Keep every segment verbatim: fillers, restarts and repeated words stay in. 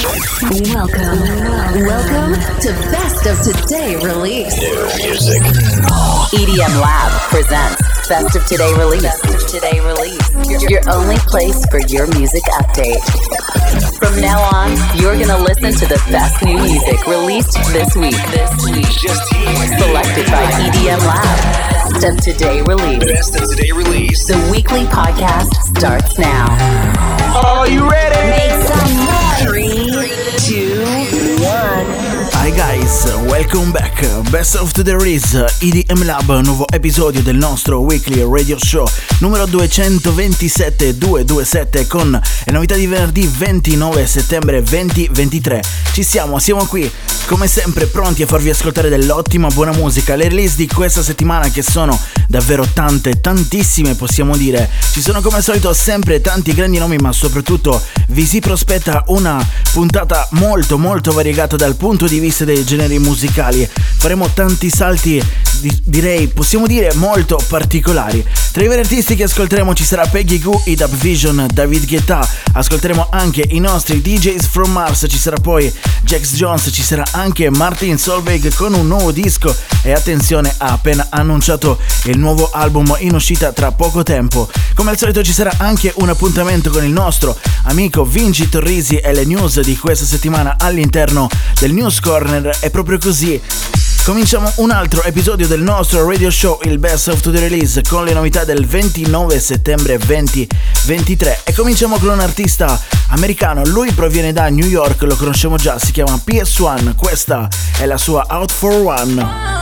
Welcome, welcome to Best of Today Release. New music. E D M Lab presents Best of Today Release. Best of Today Release. Your only place for your music update. From now on, you're gonna listen to the best new music released this week. This week, Just here. selected by E D M Lab. Best of Today Release. Best of Today Release. The weekly podcast starts now. Are you ready? Make some noise. Three, two, one. Hi guys, welcome back. Best of the Release, E D M Lab, nuovo episodio del nostro weekly radio show numero duecentoventisette duecentoventisette con le novità di venerdì ventinove settembre duemilaventitré. Ci siamo, siamo qui come sempre pronti a farvi ascoltare dell'ottima buona musica. Le release di questa settimana, che sono davvero tante, tantissime possiamo dire. Ci sono come al solito sempre tanti grandi nomi, ma soprattutto vi si prospetta una puntata molto molto variegata dal punto di vista dei generi musicali. Faremo tanti salti, di- direi, possiamo dire molto particolari. Tra i vari artisti che ascolteremo ci sarà Peggy Gou, I Dub Vision, David Guetta. Ascolteremo anche i nostri D Js from Mars. Ci sarà poi Jax Jones, ci sarà anche Martin Solveig con un nuovo disco. E attenzione, ha appena annunciato il nuovo album in uscita tra poco tempo. Come al solito ci sarà anche un appuntamento con il nostro amico Vinci Torrisi e le news di questa settimana all'interno del News Corner. E proprio così cominciamo un altro episodio del nostro radio show, il Best of the Release, con le novità del ventinove settembre duemilaventitré. E cominciamo con un artista americano. Lui proviene da New York, lo conosciamo già, si chiama P S uno. Questa è la sua Out for One.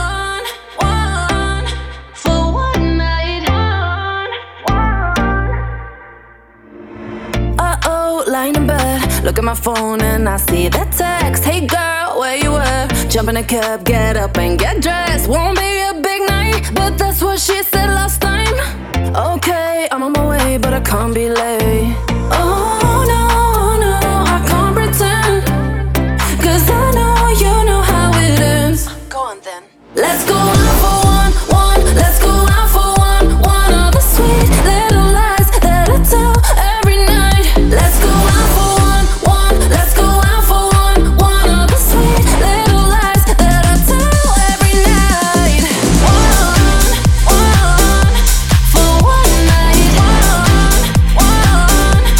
Lying in bed, look at my phone and I see that text. Hey girl, where you at? Jump in a cab, get up and get dressed. Won't be a big night, but that's what she said last time. Okay, I'm on my way, but I can't be late. Oh no, no, I can't pretend, cause I know you know how it ends. Go on then. Let's go out for one, one. Let's go out for one, one of the sweet little lies that I tell every night. Let's go out for one, one. Let's go out for one, one of the sweet little lies that I tell every night. One, one, for one night. One, one,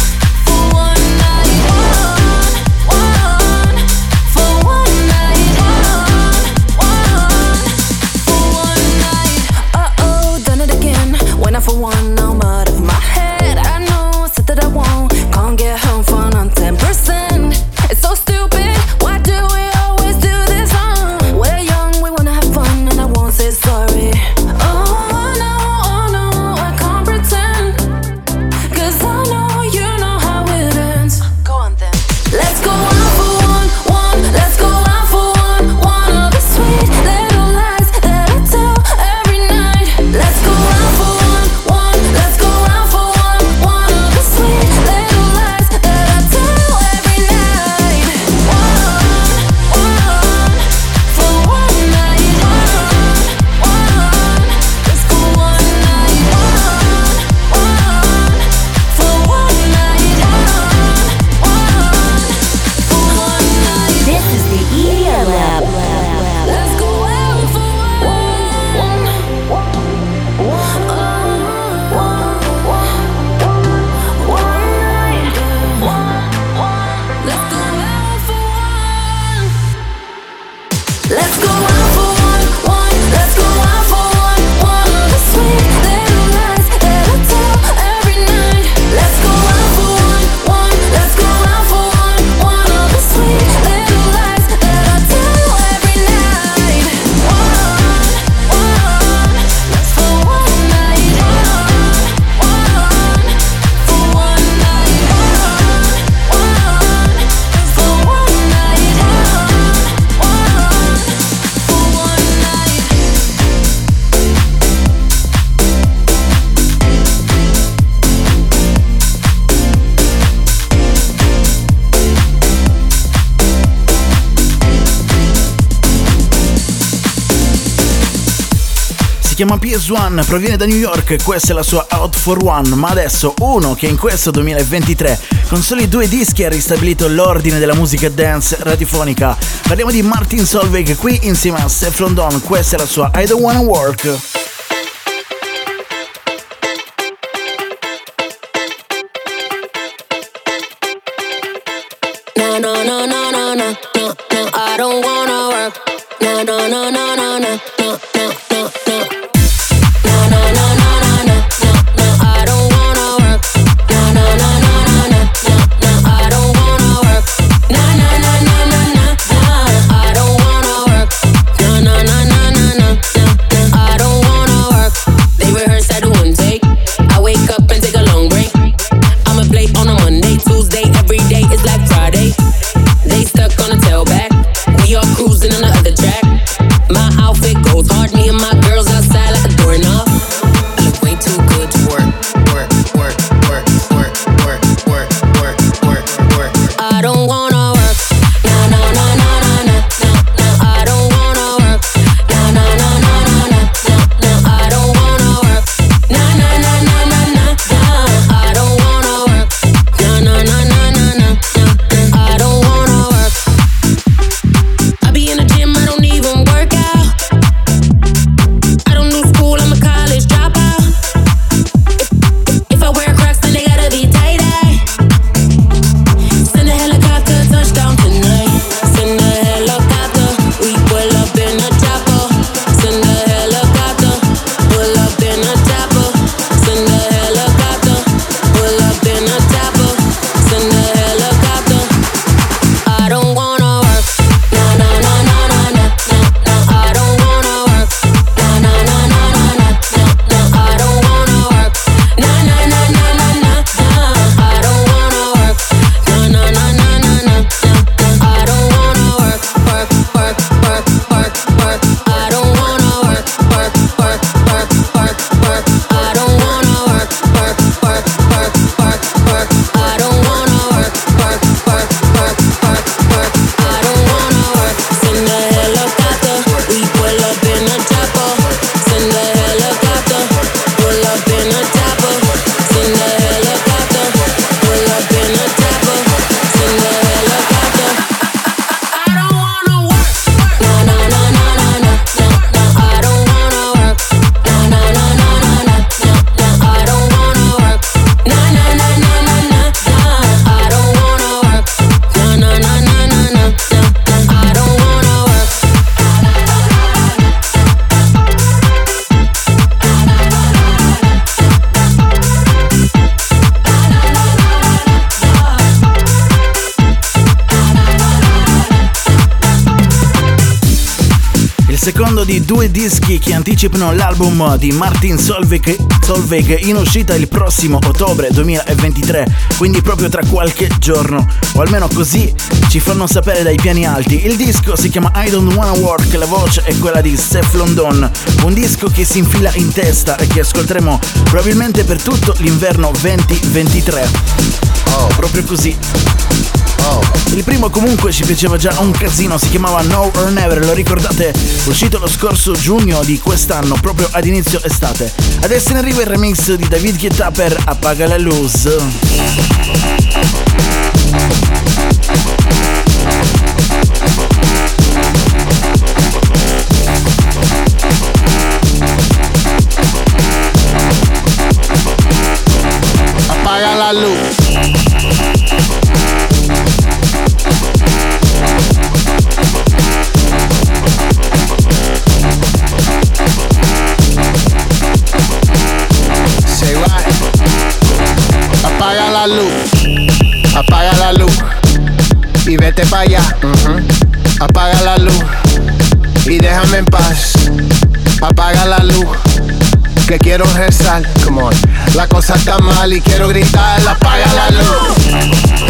si chiama P S uno, proviene da New York e questa è la sua Out for One. Ma adesso uno che in questo duemilaventitré con soli due dischi ha ristabilito l'ordine della musica dance radiofonica. Parliamo di Martin Solveig qui insieme a Saffron Dawn, questa è la sua I Don't Wanna Work. No, no, no, no, no, no, no, no, I don't wanna work. No, no, no, no, no, no, no, no, no, no. No, no, no, no, no, no, no, no, I don't wanna work. No, no, no, no, no, no, no, no, I don't wanna work. No, no, no, no, no, no, no, I don't wanna work. No, no, no, no, no, no, no, I don't wanna work. They rehearse at one take. I wake up and take a long break. I'ma play on a Monday, Tuesday, every day is like Friday. They stuck on a tailback. We all cruising on the other track. My outfit goes hard. Me and my girls outside like a doorknob. I look way too good to work, work, work, work, work, work, work, work, work, work. I don't wanna work. No, no, no, no, no, no, no, no. I don't wanna work. No, no, no, no, no, no, no, no. I don't wanna work. No, no, no, no, no, no, no. I don't wanna work. No, no, no, no, no, no, no, no. I don't wanna work. I be in the gym, I don't even work out. I don't do school, I'm a college dropout. If, if I wear Crocs, then they gotta be tie-dye. Send a helicopter, touchdown tonight. Send a helicopter, we pull up in a chopper. Send a helicopter, pull up in a chopper. Send a helicopter, pull up in a chopper. Send a helicopter. I don't wanna work. No, no, no, no, no, no, no, no. I don't wanna work. No, no, no, no, no, no, no, no. I don't wanna work. No, no, no, no, no, no, no. I don't wanna work. No, no, no, no, no, no, no, no. I don't wanna work, work, work, work, work, work. I don't wanna work, work, work, work, work, work. I don't wanna work, work, work, work, work, work. I don't wanna work, work, work, work, work, work. I don't wanna work. Send a helicopter, we pull up in a chopper. Send a helicopter, pull up in a chopper. Send a helicopter, pull up in a chopper. Send a helicopter. I don't wanna work. No, no, no, no, no, no, no, no. I don't wanna work. No, no, no, no, no, no, no, no. I don't wanna work. No, no, no, no, no, no, no. I don't wanna work. No, no, no, no, no, no, no, no. I don't wanna work. Il secondo di due dischi che anticipano l'album di Martin Solveig, Solveig in uscita il prossimo ottobre duemilaventitré, quindi proprio tra qualche giorno, o almeno così ci fanno sapere dai piani alti. Il disco si chiama I Don't Wanna Work, la voce è quella di Saffron Dawn, un disco che si infila in testa e che ascolteremo probabilmente per tutto l'inverno duemilaventitré. Oh, proprio così. Il primo comunque ci piaceva già un casino, si chiamava Now or Never, lo ricordate? Uscito lo scorso giugno di quest'anno, proprio ad inizio estate. Adesso ne arriva il remix di David Guetta per Appaga la Luz. Apaga la luz. Apaga la luz, apaga la luz y vete pa' allá. Uh-huh. Apaga la luz y déjame en paz. Apaga la luz, que quiero rezar. Come on. La cosa está mal y quiero gritar. Apaga la luz.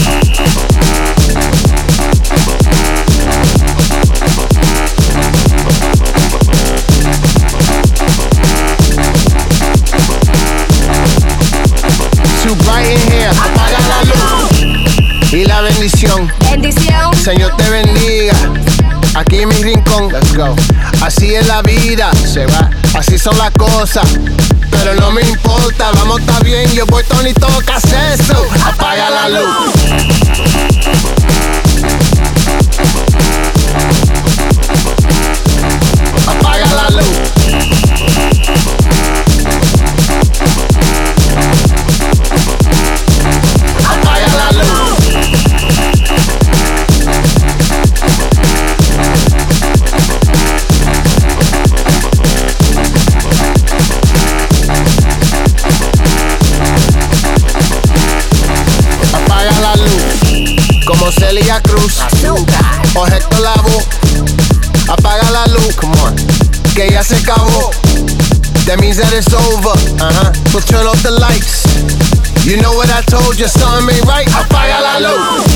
Too bright in here, apaga la luz y la bendición. Bendición. Señor te bendiga. Aquí en mi rincón, let's go. Así es la vida, se va. así son las cosas. Pero no me importa, vamos, está bien, yo voy Tony, toca eso. Apaga la luz. Apaga la luz. Apaga la luz. Apaga la luz. Como Celia Cruz o Héctor Lavoe. Apaga la luz, come on, que ya se acabó. That means that it's over. Uh-huh. So turn off the lights. You know what I told you, something ain't right. Apaga la luz.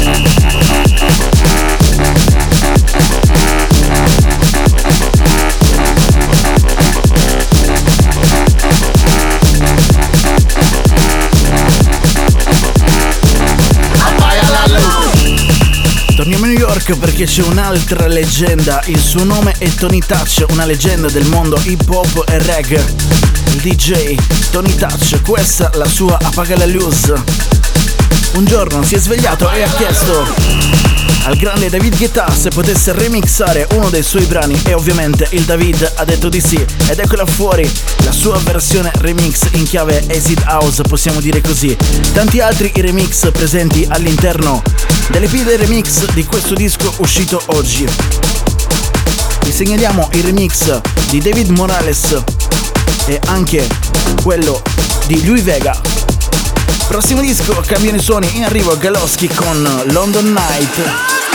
Apaga la luz. Torniamo a New York perché c'è un'altra leggenda, il suo nome è Tony Touch, una leggenda del mondo hip hop e reggae. Il D J Tony Touch, questa la sua Apaga la Luz. Un giorno si è svegliato e ha chiesto al grande David Guetta se potesse remixare uno dei suoi brani e ovviamente il David ha detto di sì ed eccola fuori la sua versione remix in chiave acid house, possiamo dire così. Tanti altri i remix presenti all'interno dell'E P dei remix di questo disco uscito oggi. Vi segnaliamo il remix di David Morales e anche quello di Louis Vega. Prossimo disco, cambiano i suoni, in arrivo Galoschi con London Night.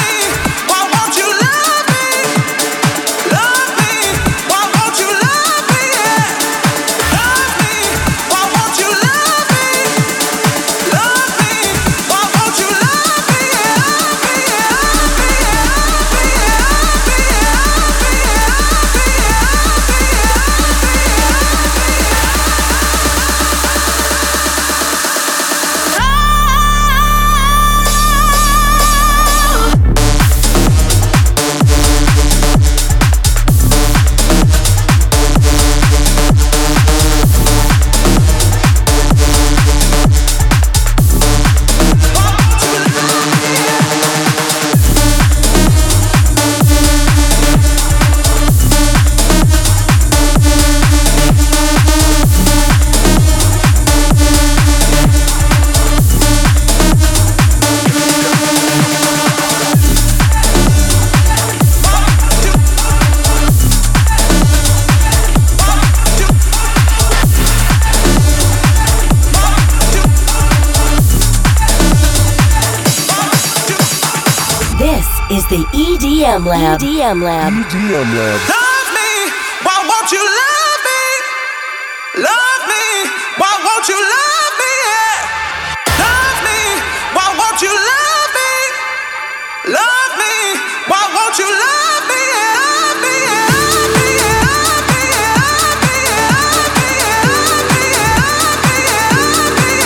Is the E D M Lab. E D M Lab. E D M Lab. Love me, why won't you love me? Love me, why won't you love me? Yeah. Love me, why won't you love me? Love me, why won't you love me? Love me, love me, love me, love me, love me, love me, love me, love me,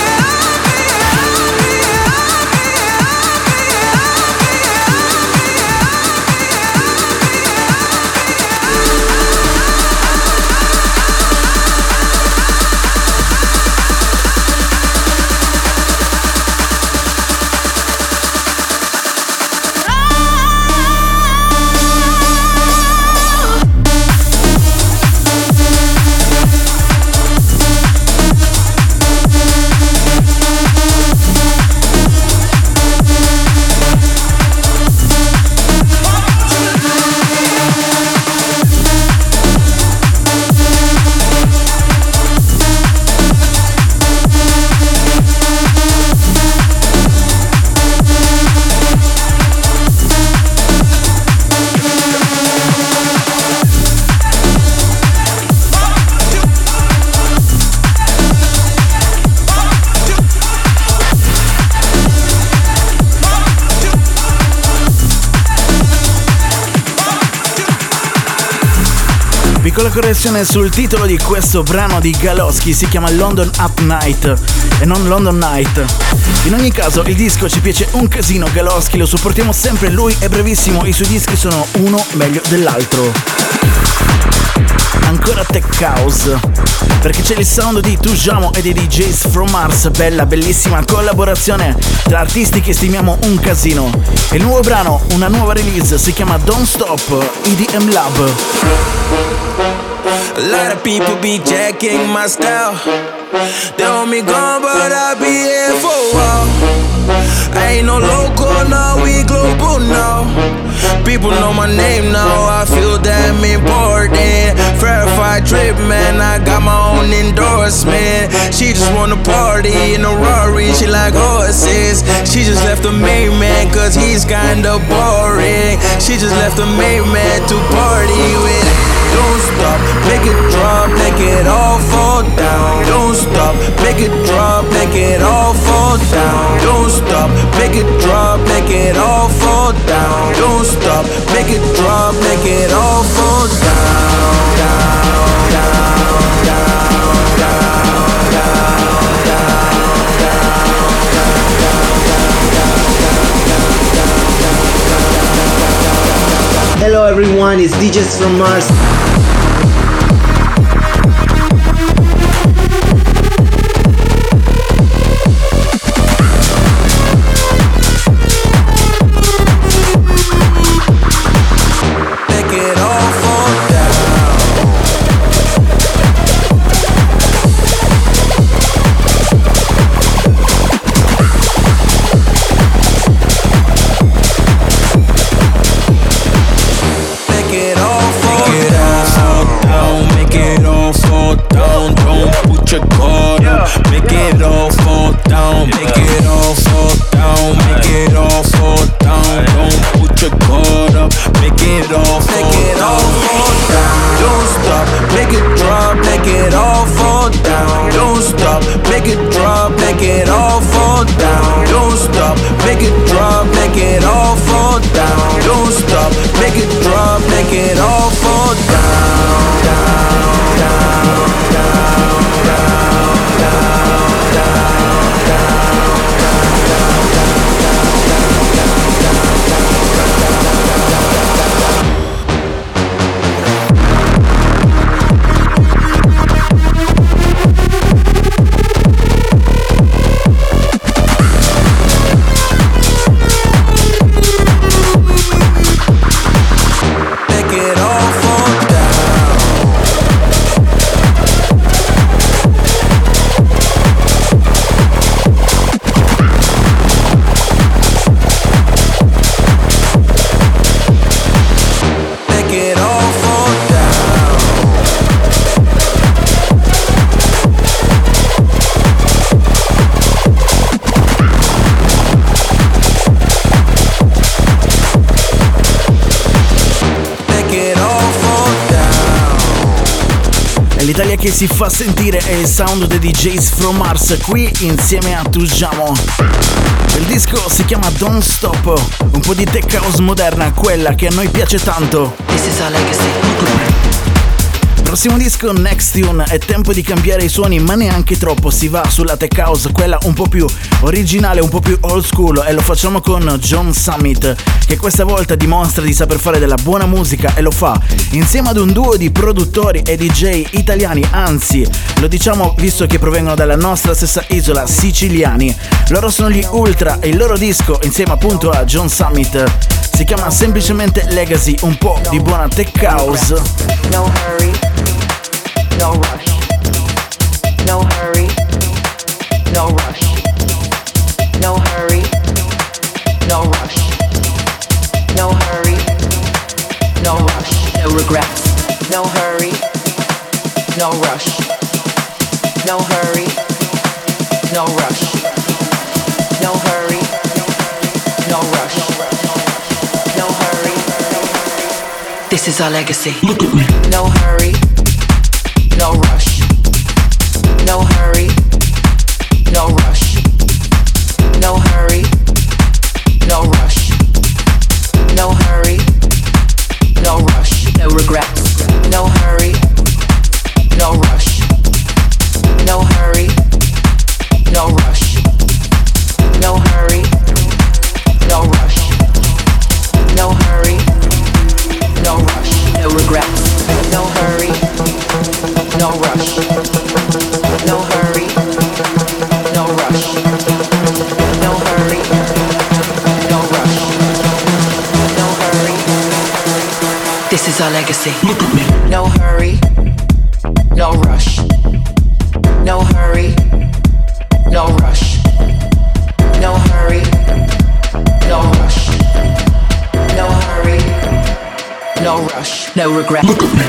Piccola correzione sul titolo di questo brano di Galoschi, si chiama London Up Night e non London Night. In ogni caso il disco ci piace un casino, Galoschi lo supportiamo sempre, lui è bravissimo, i suoi dischi sono uno meglio dell'altro. ancora Tech House, perché c'è il sound di Tujamo e dei D Js from Mars. Bella, bellissima collaborazione tra artisti che stimiamo un casino. Il nuovo brano, una nuova release, si chiama Don't Stop, E D M Lab. A lot of people be jacking my style. They want me gone, but I'll be here for a while. I ain't no local, now we global now. People know my name now, I feel damn important. Verified trip, man, I got my own endorsement. She just wanna party in a Rari, she like horses. She just left the main man, cause he's kinda boring. She just left the main man to party with. Don't stop, make it drop, make it all fall down. Don't stop, make it drop, make it all fall down. Don't stop, make it drop, make it all fall down. Don't stop, make it drop, make it all fall down, down, down, down, down, down, down. Hello everyone, it's D Js from Mars. L'Italia che si fa sentire è il sound dei D Js from Mars, qui insieme a Tujamo. Il disco si chiama Don't Stop, un po' di tech house moderna, quella che a noi piace tanto. This is our legacy. Prossimo disco, Next Tune, è tempo di cambiare i suoni, ma neanche troppo. Si va sulla tech house, quella un po' più originale, un po' più old school, e lo facciamo con John Summit, che questa volta dimostra di saper fare della buona musica, e lo fa insieme ad un duo di produttori e D J italiani, anzi lo diciamo visto che provengono dalla nostra stessa isola, siciliani. Loro sono gli Ultra e il loro disco insieme appunto a John Summit si chiama semplicemente Legacy, un po' di buona tech house. No hurry, no rush. No hurry, no rush. No hurry, no rush. No hurry, no rush. No regrets. No hurry, no rush. No hurry, no rush. No hurry, no rush. No hurry. This is our legacy. Look at me. No hurry, no rush. No hurry, no rush. No hurry, no rush. No hurry, no rush. No regrets. No hurry, no rush. No hurry, no rush. No hurry, no rush. No hurry, no rush. No regrets. No hurry, This is our legacy. Look at me. No hurry, no rush. No hurry, no rush. No hurry, no rush. No hurry, no rush. No regret. Look at me.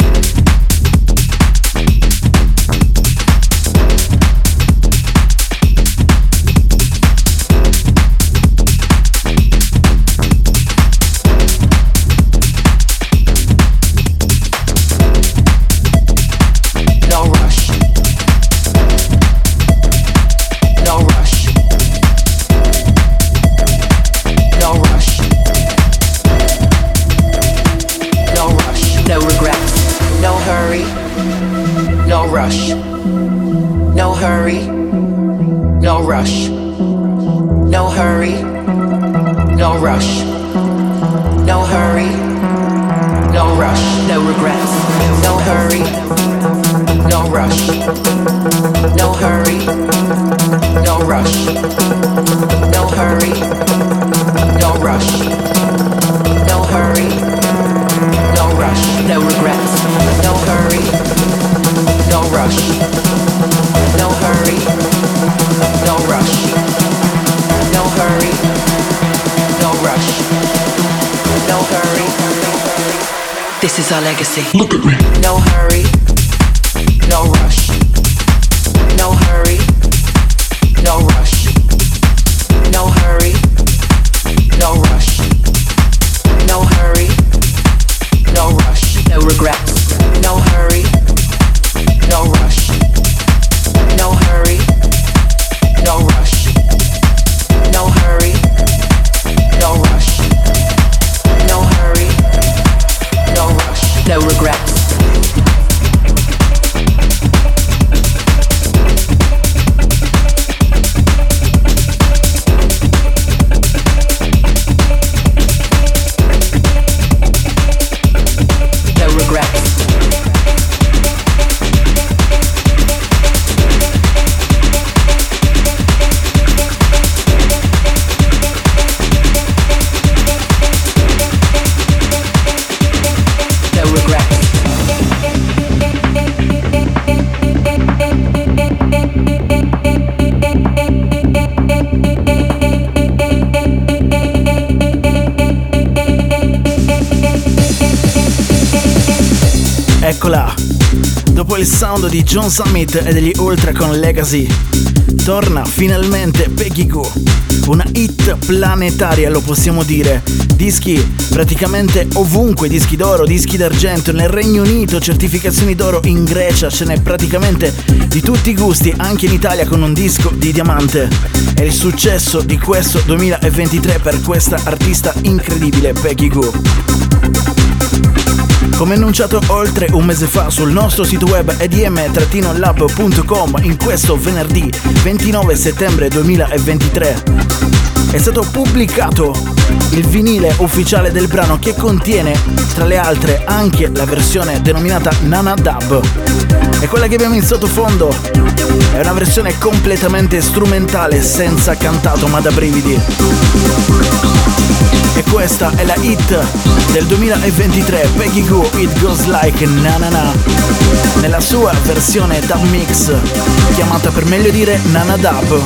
No hurry, no rush. No hurry, no rush. No hurry, no rush. No regrets. No hurry, no rush. No hurry, no rush. No hurry, no rush. No hurry, no rush. No regrets. No hurry, no rush. No hurry, no rush. No hurry, no rush. No hurry. This is our legacy. Look at me. No hurry, no rush. No hurry, no rush. No hurry, no rush. No hurry, no rush. No regrets. No hurry, no rush. No hurry, no rush. No hurry, no rush. No hurry, no rush. No regrets. Eccola! Dopo il sound di John Summit e degli Ultra con Legacy, torna finalmente Peggy Gou, una hit planetaria, lo possiamo dire. Dischi praticamente ovunque, dischi d'oro, dischi d'argento nel Regno Unito, certificazioni d'oro in Grecia, ce n'è praticamente di tutti i gusti, anche in Italia con un disco di diamante. È il successo di questo duemilaventitré per questa artista incredibile, Peggy Gou. Come annunciato oltre un mese fa sul nostro sito web e d m lab punto com, in questo venerdì ventinove settembre duemilaventitré è stato pubblicato il vinile ufficiale del brano, che contiene tra le altre anche la versione denominata Nana Dub. E quella che abbiamo in sottofondo è una versione completamente strumentale, senza cantato, ma da brividi. E questa è la hit del duemilaventitré, Peggy Gou, It Goes Like Na Na Na, nella sua versione dub mix, chiamata per meglio dire Nana Dub.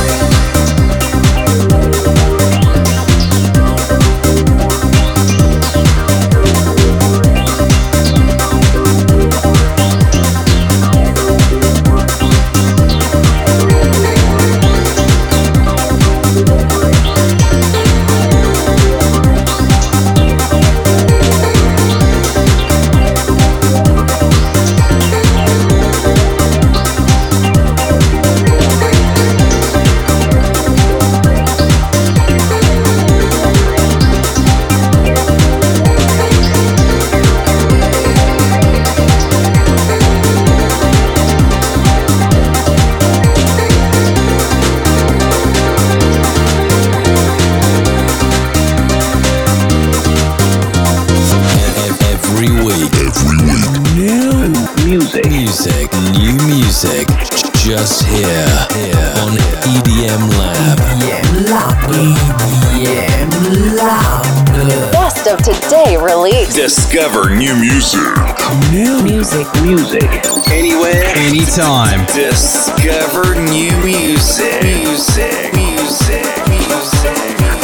Just here, here on E D M Lab. E D M Lab. E D M Lab. Best of today release. Discover new music. New music. Music. Anywhere. Anytime. Discover new music. Music. Music. Music.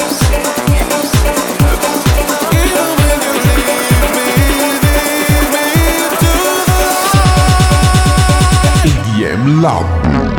E D M Lab.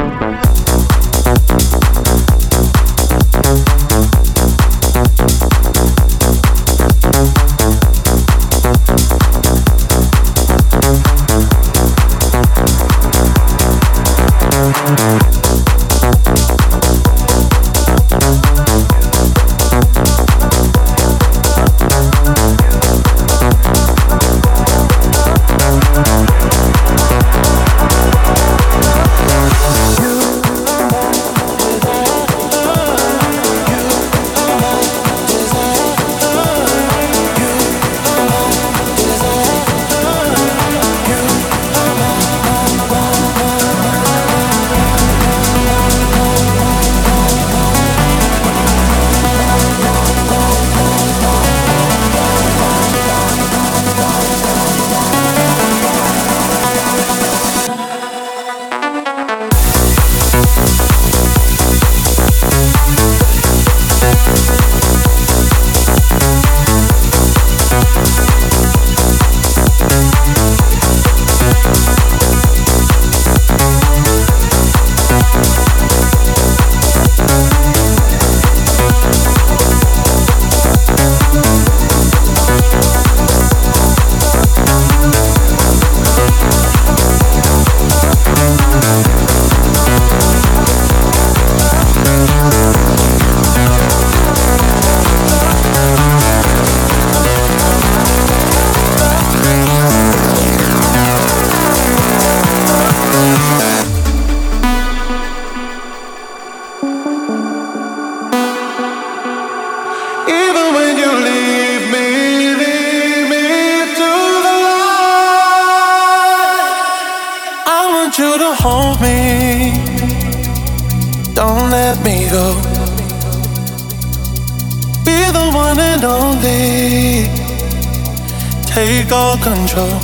Control.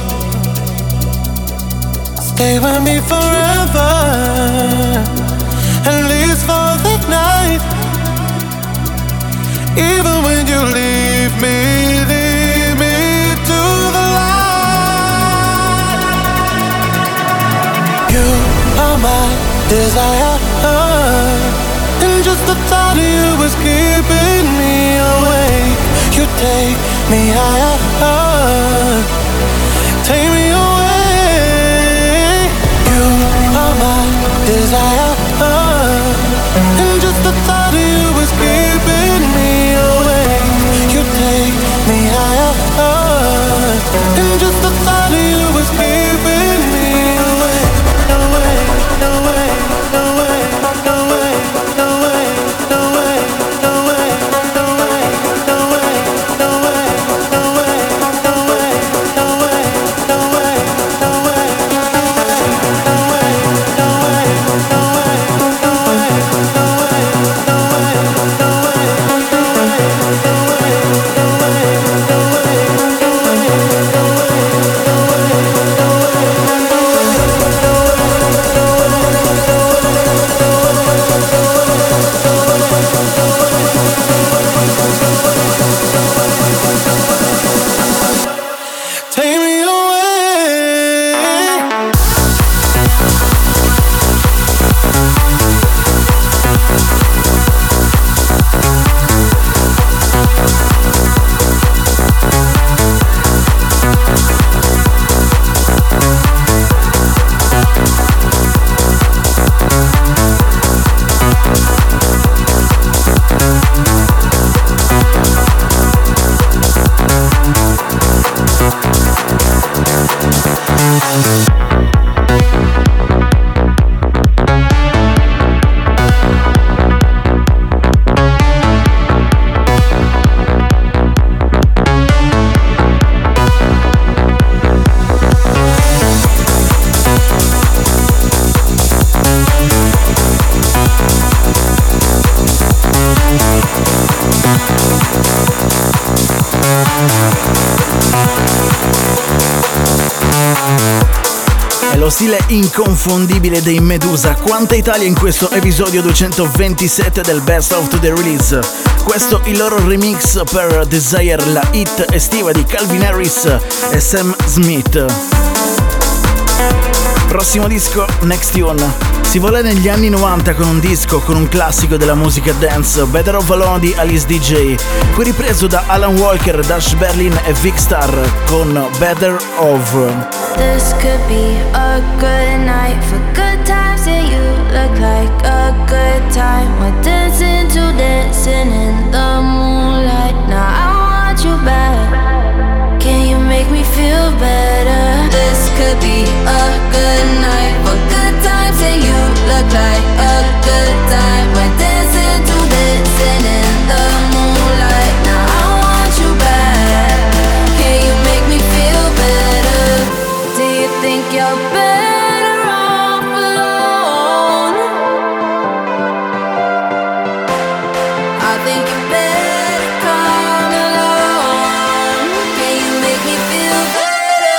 Stay with me forever, at least for the night. Even when you leave me, leave me to the light. You are my desire, and just the thought of you is keeping me awake. You take me higher. Take me away. You are my desire, and just the thought of you is keeping me awake. You take me higher, and just the thought of you is keeping me away. No way, no way, no way, no way, no way, no way, no way, no way, no way, no way, no way. lo stile inconfondibile dei Medusa. Quanta Italia in questo episodio duecentoventisette del Best of the Release. Questo il loro remix per Desire, la hit estiva di Calvin Harris e Sam Smith. Prossimo disco, Next Tune. Si vola negli anni novanta con un disco, con un classico della musica dance, Better Off Alone di Alice D J, qui ripreso da Alan Walker, Dash Berlin e Vic Star con Better Off. This could be a good night for good times, and you look like a good time. We're dancing to dancing in the moonlight. Now I want you back. Can you make me feel better? This could be a good night for good times, and you look like a good time. We're dancing to dancing in the moonlight. Now I want you back. Can you make me feel better? Do you think you're better off alone? I think you better come along. Can you make me feel better?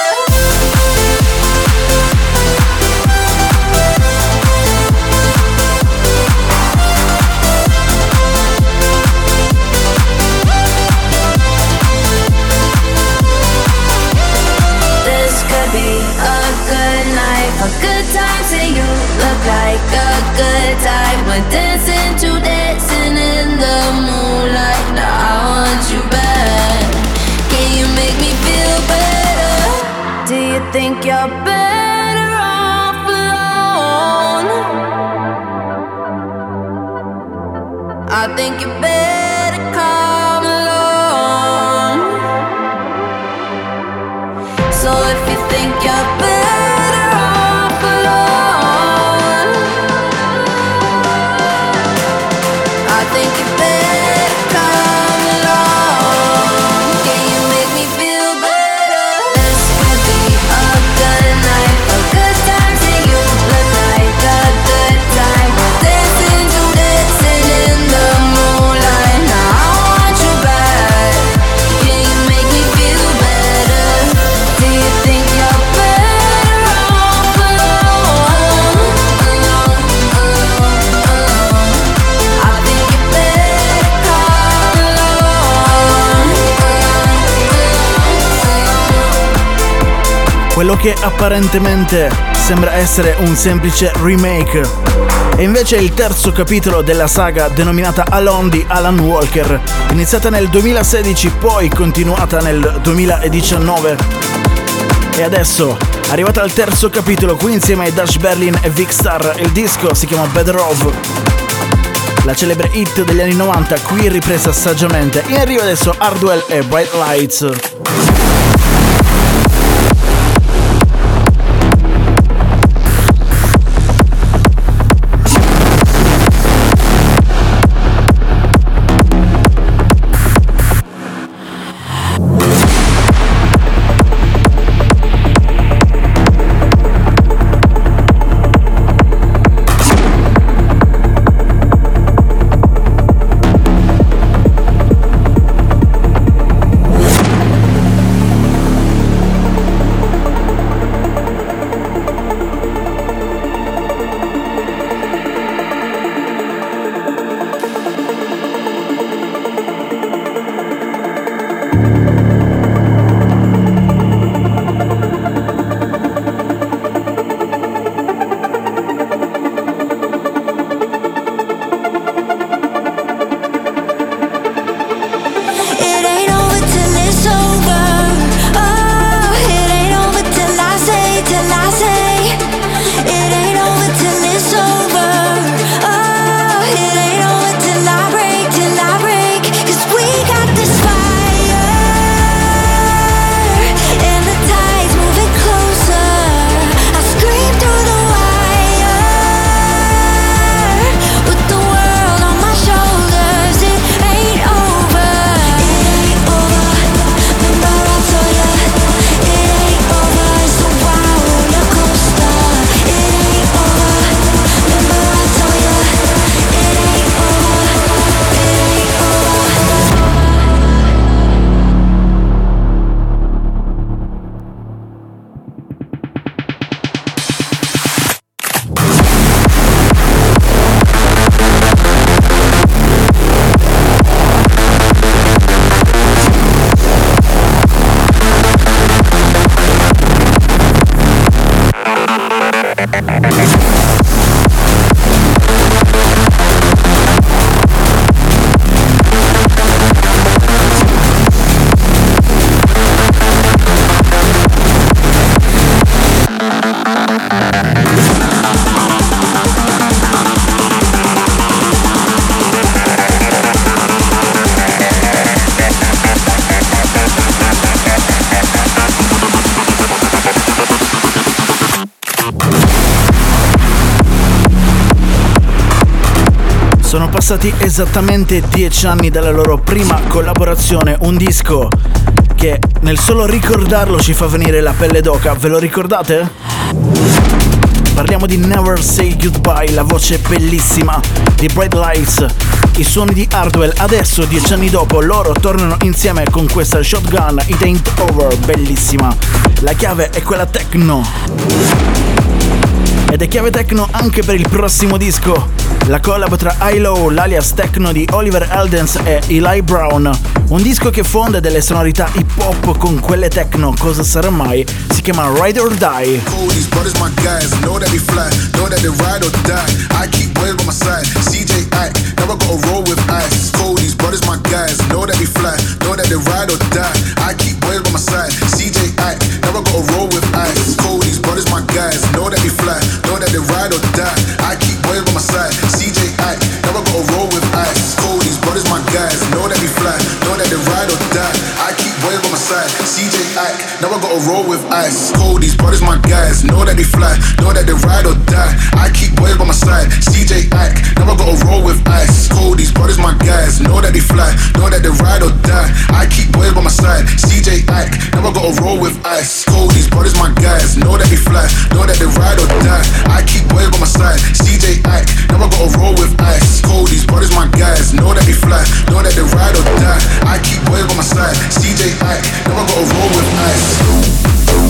A good time, say you look like a good time. We're dancing to dancing in the moonlight. Now I want you back. Can you make me feel better? Do you think you're better off alone? I think you better come along. So if you think you're better, quello che apparentemente sembra essere un semplice remake e invece è il terzo capitolo della saga denominata Alone di Alan Walker, iniziata nel duemilasedici, poi continuata nel duemiladiciannove e adesso arrivata al terzo capitolo qui insieme ai Dash Berlin e Vic Star. Il disco si chiama Better Off, la celebre hit degli anni novanta, qui ripresa saggiamente. In arrivo adesso Hardwell e Bright Lights. Sono passati esattamente dieci anni dalla loro prima collaborazione, un disco che nel solo ricordarlo ci fa venire la pelle d'oca, ve lo ricordate? Parliamo di Never Say Goodbye, la voce bellissima di Bright Lights, i suoni di Hardwell. Adesso, dieci anni dopo, loro tornano insieme con questa Shotgun, It Ain't Over, bellissima. La chiave è quella techno. Ed è chiave techno anche per il prossimo disco, la collab tra I-Low, l'alias techno di Oliver Eldens e Eli Brown. Un disco che fonde delle sonorità hip hop con quelle techno, cosa sarà mai? Si chiama Ride or Die. These brothers my guys, know that they fly, know that they ride or die. I keep waves by my side, C J I, never gotta roll with ice. These brothers my guys, know that they fly, know that they ride or die. I keep waves by my side, C J I, never gotta roll with ice. These brothers my guys, know that they fly, know that they ride or die. I keep waves by my side, C J I, never gotta roll with ice. These brothers my guys, know that they fly, know that they ride or die. I keep waves by my side, C J I, never gotta roll with ice. These brothers my guys, know that they fly, know that they ride or die. I keep waves by my side, C J I, never gotta roll with ice. These brothers my guys, know that they fly, know that they ride or die. I keep waves by my side, C J I, never gotta roll with ice. These brothers my guys, know that they fly, know that they ride or die. I keep waves by my side, C J I, never gotta roll with ice. These brothers my guys, know that they fly, know that they ride or die. I keep waves by my side, C J I, never gotta roll with ice.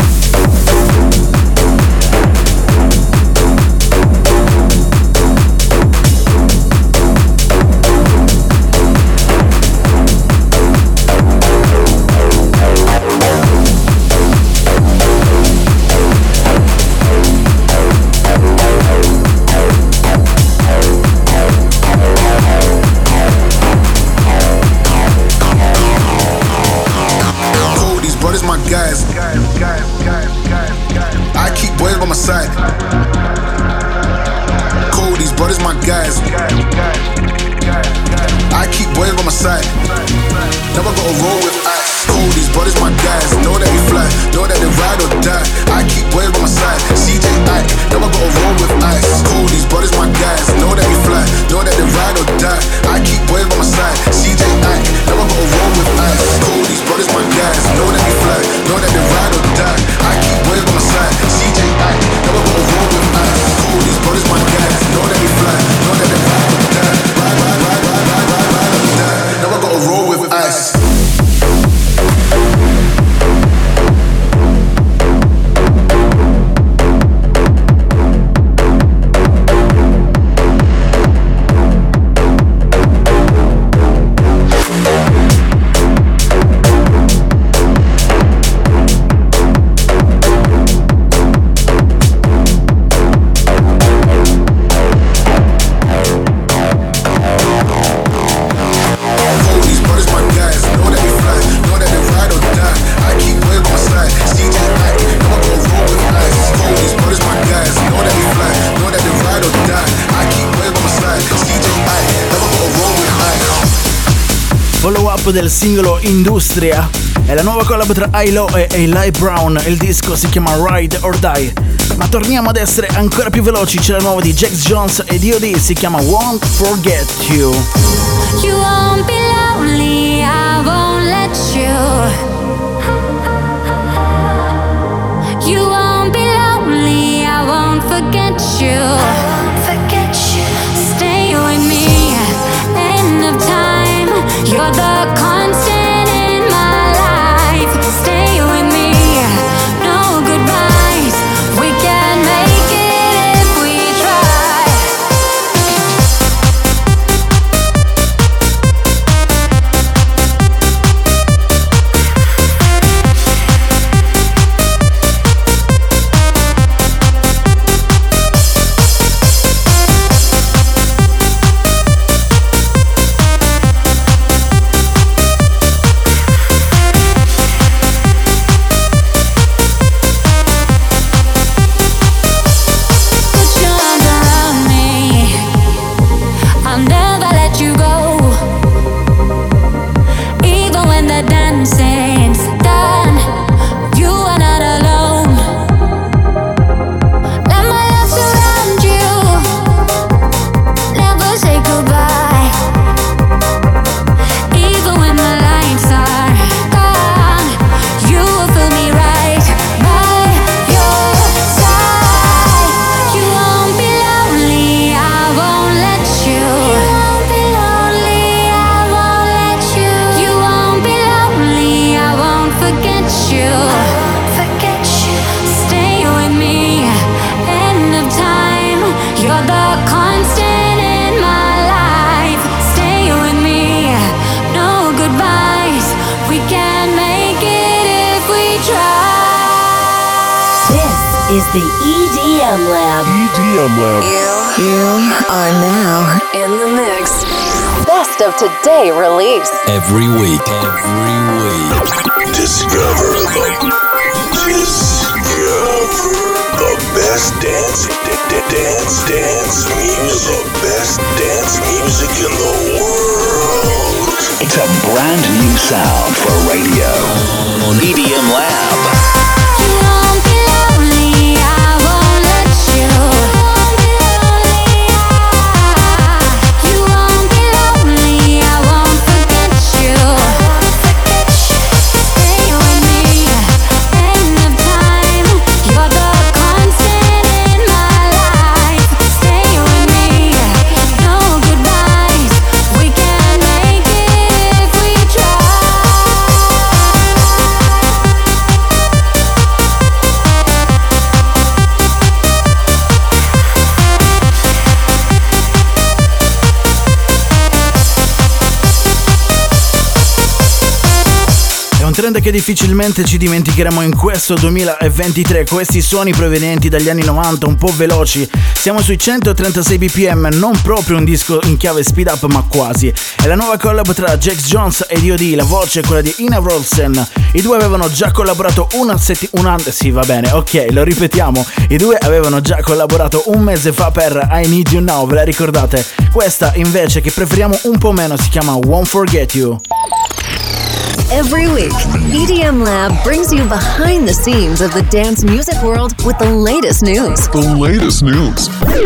I keep waves by my side. Cold, these brothers my guys. I keep waves by my side. Never gotta roll with ice. Cold, these brothers my guys. Know that they fly, know that they ride or die. I keep waves by my side. C J I, never gotta roll with ice. Cold, these brothers my guys. Know that they fly, know that they ride or die. I keep waves by my side. C J I, never gotta roll with ice. Cold, these brothers my guys. Know that they fly, know that they ride or die. I keep waves by my side. C J I, never gotta roll with ice. Cold, these brothers my guys. Know that they fly, know that they ride or die. Ride, ride, ride, ride, ride, ride, ride or die. Never gotta roll with ice. Del singolo Industria è la nuova collab tra I-Low e Eli Brown. Il disco si chiama Ride or Die. Ma torniamo ad essere ancora più veloci. C'è la nuova di Jax Jones e D O D, si chiama Won't Forget You. You won't be lonely, I won't let you. You won't be lonely, I won't forget you. I won't forget you. Stay with me, end of time. You're the constant in my life. Stay with me, no goodbyes. We can make it if we try. is the E D M Lab. E D M Lab. You, you are now in the mix. Best of today release. Every week, every week. Discover the Discover the best dance, d- dance, dance music. The best dance music in the world. It's a brand new sound for radio On E D M Lab. Un trend che difficilmente ci dimenticheremo in questo duemilaventitré. Questi suoni provenienti dagli anni novanta, un po' veloci. Siamo sui centotrentasei B P M, non proprio un disco in chiave speed up, ma quasi. È la nuova collab tra Jax Jones e D O D, la voce è quella di Ina Rolsen. I due avevano già collaborato una settimana. Sì, va bene, ok, lo ripetiamo. I due avevano già collaborato un mese fa per I Need You Now, ve la ricordate? Questa invece, che preferiamo un po' meno, si chiama Won't Forget You. Every week, E D M Lab brings you behind the scenes of the dance music world with the latest news. The latest news.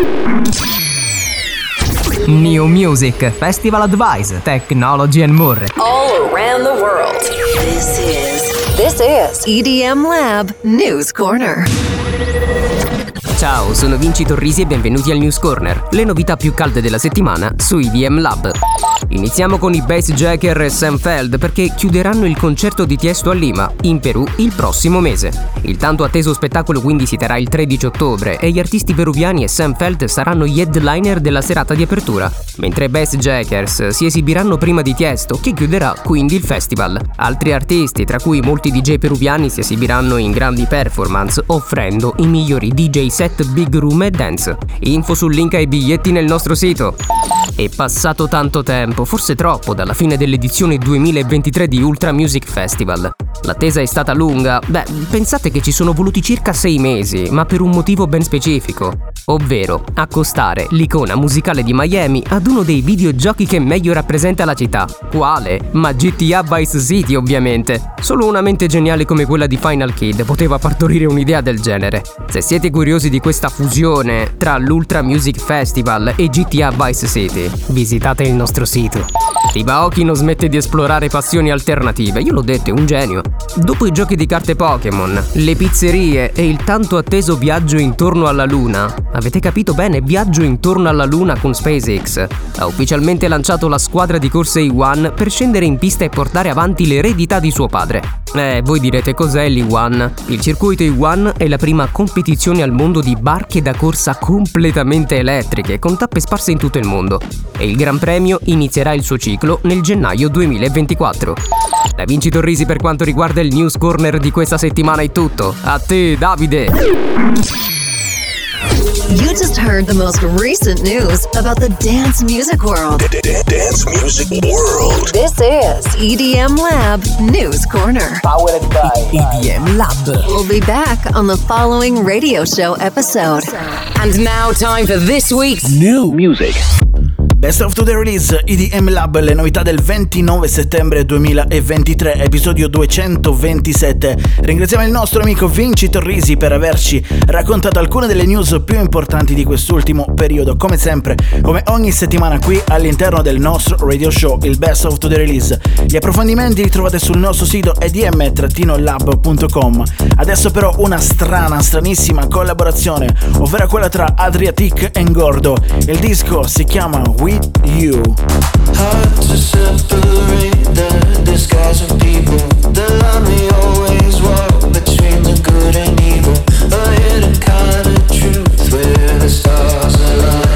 New Music, Festival Advice, Technology and more. All around the world. This is This is E D M Lab News Corner. Ciao, sono Vinci Torrisi e benvenuti al News Corner, le novità più calde della settimana su E D M Lab. Iniziamo con i Bassjacker e Sam Feld perché chiuderanno il concerto di Tiesto a Lima, in Perù, il prossimo mese. Il tanto atteso spettacolo quindi si terrà il tredici ottobre e gli artisti peruviani e Sam Feld saranno gli headliner della serata di apertura, mentre i Bassjackers si esibiranno prima di Tiesto, che chiuderà quindi il festival. Altri artisti, tra cui molti D J peruviani, si esibiranno in grandi performance offrendo i migliori D J set Big Room e Dance. Info sul link ai biglietti nel nostro sito. È passato tanto tempo, forse troppo, dalla fine dell'edizione duemilaventitré di Ultra Music Festival. L'attesa è stata lunga, beh, pensate che ci sono voluti circa sei mesi, ma per un motivo ben specifico, ovvero accostare l'icona musicale di Miami ad uno dei videogiochi che meglio rappresenta la città. Quale? Ma G T A Vice City, ovviamente. Solo una mente geniale come quella di Final Kid poteva partorire un'idea del genere. Se siete curiosi di questa fusione tra l'Ultra Music Festival e G T A Vice City, visitate il nostro sito. Ibaoki non smette di esplorare passioni alternative, io l'ho detto, è un genio. Dopo i giochi di carte Pokémon, le pizzerie e il tanto atteso viaggio intorno alla Luna, avete capito bene, viaggio intorno alla Luna con SpaceX, ha ufficialmente lanciato la squadra di corse E uno per scendere in pista e portare avanti l'eredità di suo padre. Eh, voi direte cos'è l'E uno? Il circuito E uno è la prima competizione al mondo di barche da corsa completamente elettriche, con tappe sparse in tutto il mondo. E il Gran Premio inizierà il suo ciclo nel gennaio duemilaventiquattro. Da Vinci Torrisi per quanto riguarda il News Corner di questa settimana è tutto. A te, Davide! You just heard the most recent news about the dance music world. Dance music world. This is E D M Lab News Corner. Powered by E D M Lab. We'll be back on the following radio show episode. And now time for this week's New Music. Best of the Release, E D M Lab, le novità del ventinove settembre duemilaventitré, episodio duecentoventisette. Ringraziamo il nostro amico Vinci Torrisi per averci raccontato alcune delle news più importanti di quest'ultimo periodo, come sempre, come ogni settimana qui all'interno del nostro radio show, il Best of the Release. Gli approfondimenti li trovate sul nostro sito e d m lab punto com. Adesso però una strana, stranissima collaborazione, ovvero quella tra Adriatic e Gordo. Il disco si chiama With You. Hard to separate the disguise of people that love me always walk between the good and evil. A hidden kind of truth where the stars align.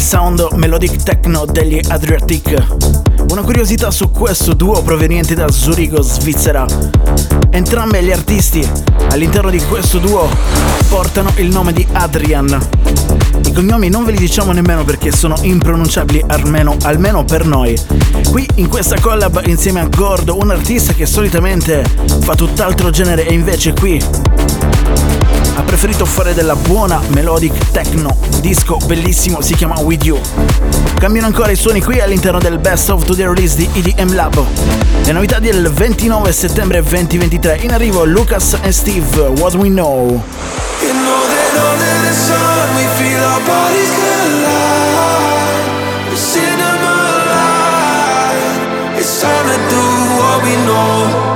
sound melodic techno degli Adriatic. Una curiosità su questo duo proveniente da Zurigo, Svizzera. Entrambi gli artisti all'interno di questo duo portano il nome di Adrian. I cognomi non ve li diciamo nemmeno perché sono impronunciabili, almeno, almeno per noi. Qui in questa collab insieme a Gordo, un artista che solitamente fa tutt'altro genere e invece qui ha preferito fare della buona melodic techno. Disco bellissimo, si chiama With You. Cambiano ancora i suoni qui all'interno del Best of Today Release di E D M Lab. Le novità del ventinove settembre duemilaventitré. In arrivo Lucas e Steve, What We Know. You know that under the sun we feel our bodies collide. We cinema alive. It's time to do what we know.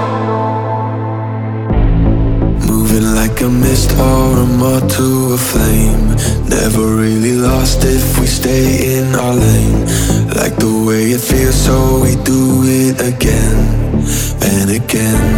Moving like a mist or a moth to a flame. Never really lost if we stay in our lane. Like the way it feels, so we do it again and again.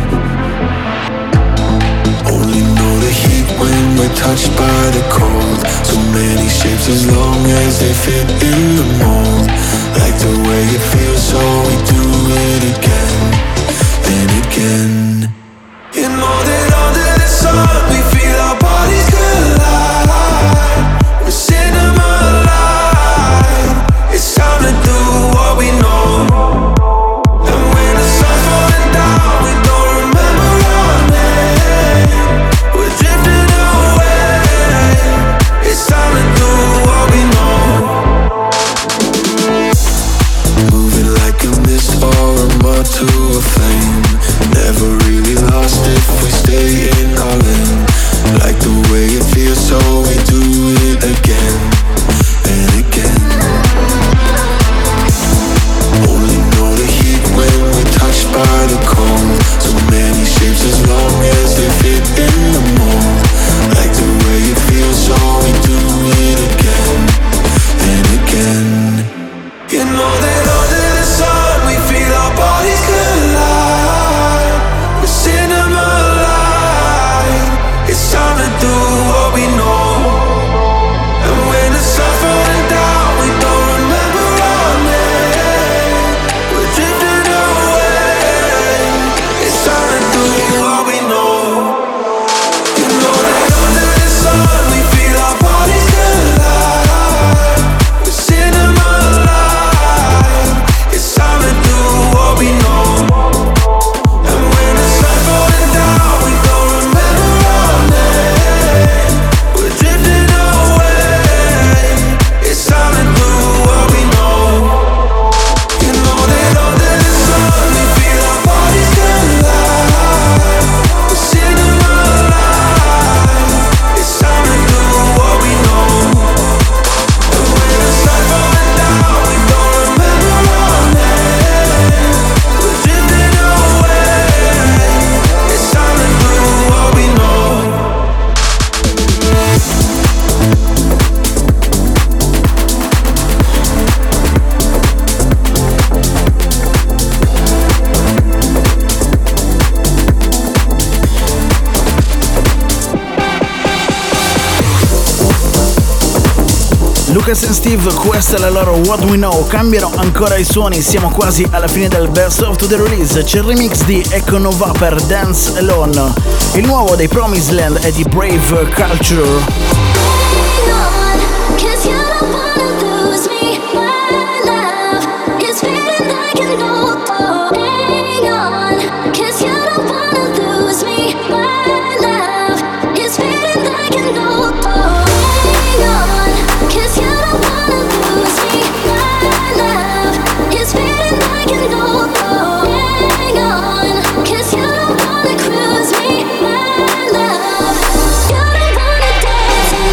Only know the heat when we're touched by the cold. So many shapes as long as they fit in the mold. Like the way it feels, so we do it again and again. You know that under the sun we feel our bodies collide. We're cinema alive. It's time to do what we know. And when the sun's falling down, we don't remember our name. We're drifting away. It's time to do what we know. Moving like a mist or a moth to a flame. Never really lost if we stay in our lane. Like the way it feels, so we do it again and again. Only know the heat when we're touched by the cold. So many shapes as long as they fit in the mold. Like the way it feels, so we do it again and again. You know that under the sun we feel our bodies collide. We're cinema alive. It's time to do what we know. And when the sun's falling down, we don't remember our name. We're drifting away. It's time to do what we know. You know that under the sun we feel our bodies collide. We're cinema alive. It's time to do what we know. And when the sun's falling down, we don't remember our name. We're drifting away. It's time to do what we know. You know that under the sun we feel our bodies collide. We're cinema alive. It's time to do what we know. And when the sun's falling down, we don't remember our name. We're drifting away. It's time to do what we know. Lucas e Steve, questa è la loro What We Know. Cambiano ancora i suoni, siamo quasi alla fine del Best of the Release. C'è il remix di Echo Nova per Dance Alone, il nuovo dei Promised Land e di Brave Culture. Cruise me, my love. You don't wanna dance.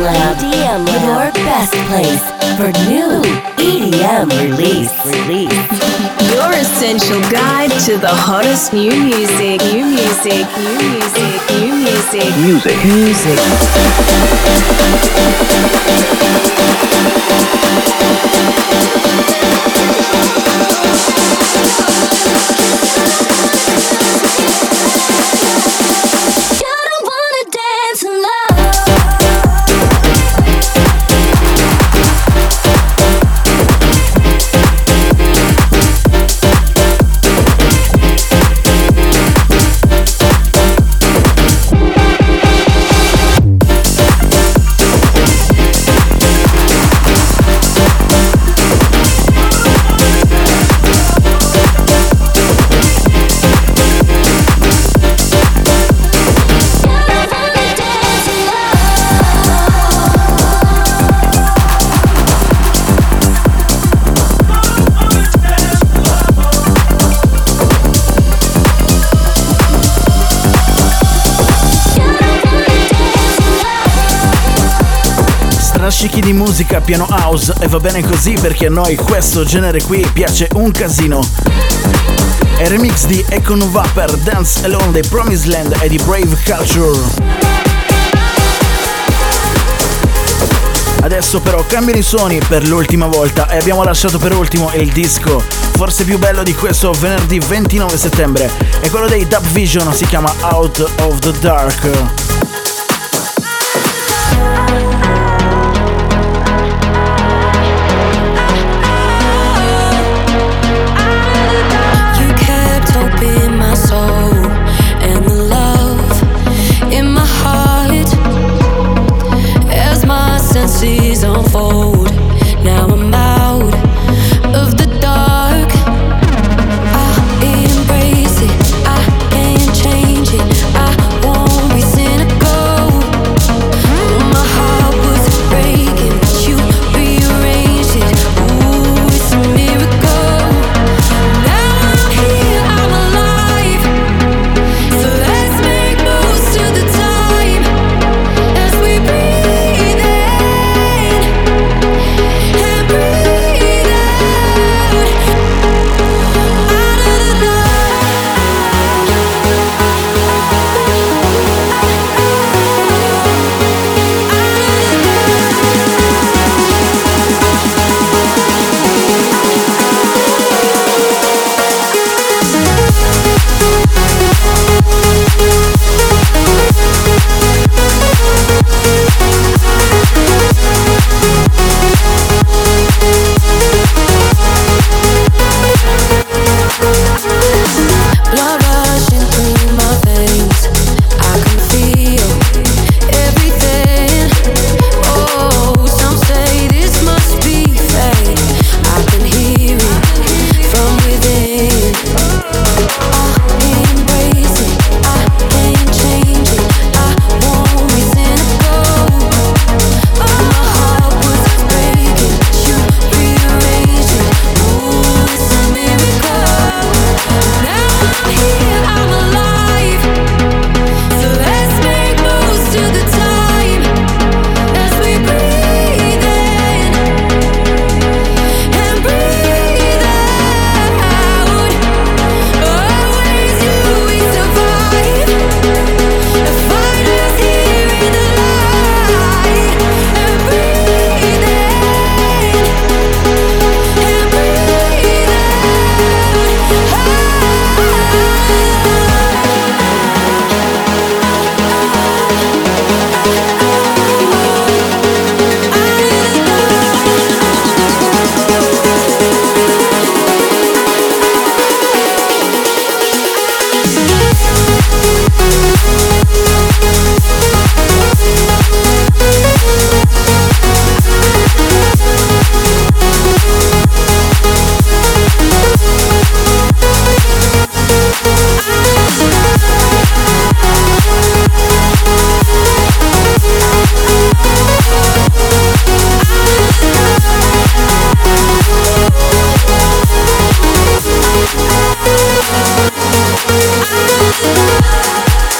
Lab, E D M Lab, your best place for new E D M release. Release. Your essential guide to the hottest new music, new music, new music, new music, Music. music. Strascichi di musica piano house, e va bene così perché a noi questo genere qui piace un casino. È il remix di Echo Nova per Dance Alone dei Promised Land e di Brave Culture. Adesso però cambiano i suoni per l'ultima volta e abbiamo lasciato per ultimo il disco forse più bello di questo venerdì ventinove settembre. È quello dei Dub Vision, si chiama Out of the Dark. Unfold. Now I'm out of the dark. I embrace it. I can't change it. I won't be cynical.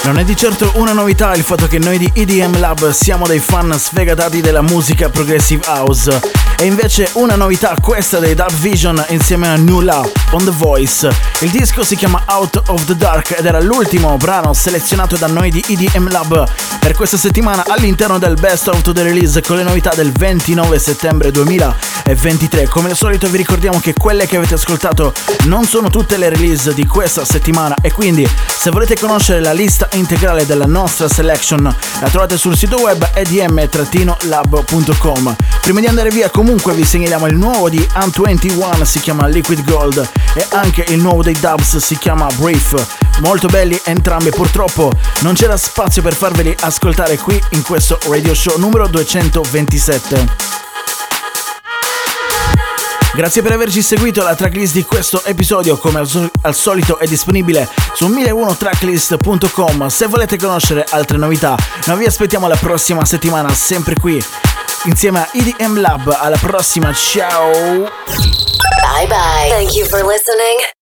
Non è di certo una novità il fatto che noi di E D M Lab siamo dei fan sfegatati della musica progressive house. E invece una novità questa dei Dub Vision insieme a Nula on The Voice. Il disco si chiama Out of the Dark ed era l'ultimo brano selezionato da noi di E D M Lab per questa settimana all'interno del Best of the Release con le novità del ventinove settembre duemilaventitré. Come al solito vi ricordiamo che quelle che avete ascoltato non sono tutte le release di questa settimana e quindi se volete conoscere la lista integrale della nostra selection la trovate sul sito web e d m lab punto com. Prima di andare via comunque vi segnaliamo il nuovo di Ant ventuno, si chiama Liquid Gold, e anche il nuovo dei Dubs si chiama Brief. Molto belli entrambi, purtroppo non c'era spazio per farveli ascoltare qui in questo radio show numero duecentoventisette. Grazie per averci seguito, la tracklist di questo episodio come al, sol- al solito è disponibile su mille uno tracklist punto com. Se volete conoscere altre novità, noi vi aspettiamo la prossima settimana sempre qui insieme a E D M Lab. Alla prossima, ciao! Bye bye. Thank you for listening.